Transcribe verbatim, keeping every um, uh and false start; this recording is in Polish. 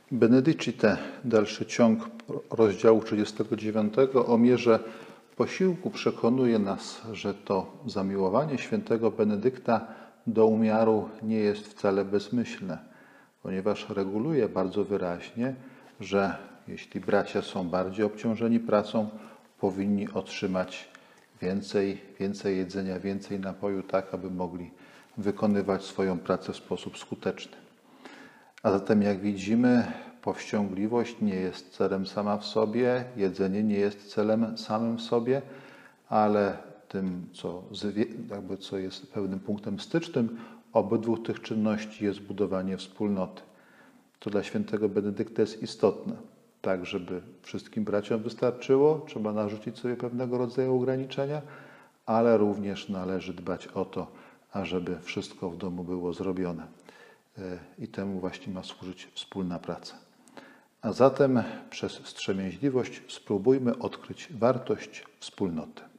Benedicite, dalszy ciąg rozdziału trzydziestego dziewiątego o mierze posiłku przekonuje nas, że to zamiłowanie świętego Benedykta do umiaru nie jest wcale bezmyślne, ponieważ reguluje bardzo wyraźnie, że jeśli bracia są bardziej obciążeni pracą, powinni otrzymać więcej, więcej jedzenia, więcej napoju, tak aby mogli wykonywać swoją pracę w sposób skuteczny. A zatem, jak widzimy, powściągliwość nie jest celem sama w sobie, jedzenie nie jest celem samym w sobie, ale tym, co, jakby co jest pewnym punktem stycznym obydwu tych czynności, jest budowanie wspólnoty. To dla świętego Benedykta jest istotne. Tak, żeby wszystkim braciom wystarczyło, trzeba narzucić sobie pewnego rodzaju ograniczenia, ale również należy dbać o to, ażeby wszystko w domu było zrobione. I temu właśnie ma służyć wspólna praca. A zatem przez wstrzemięźliwość spróbujmy odkryć wartość wspólnoty.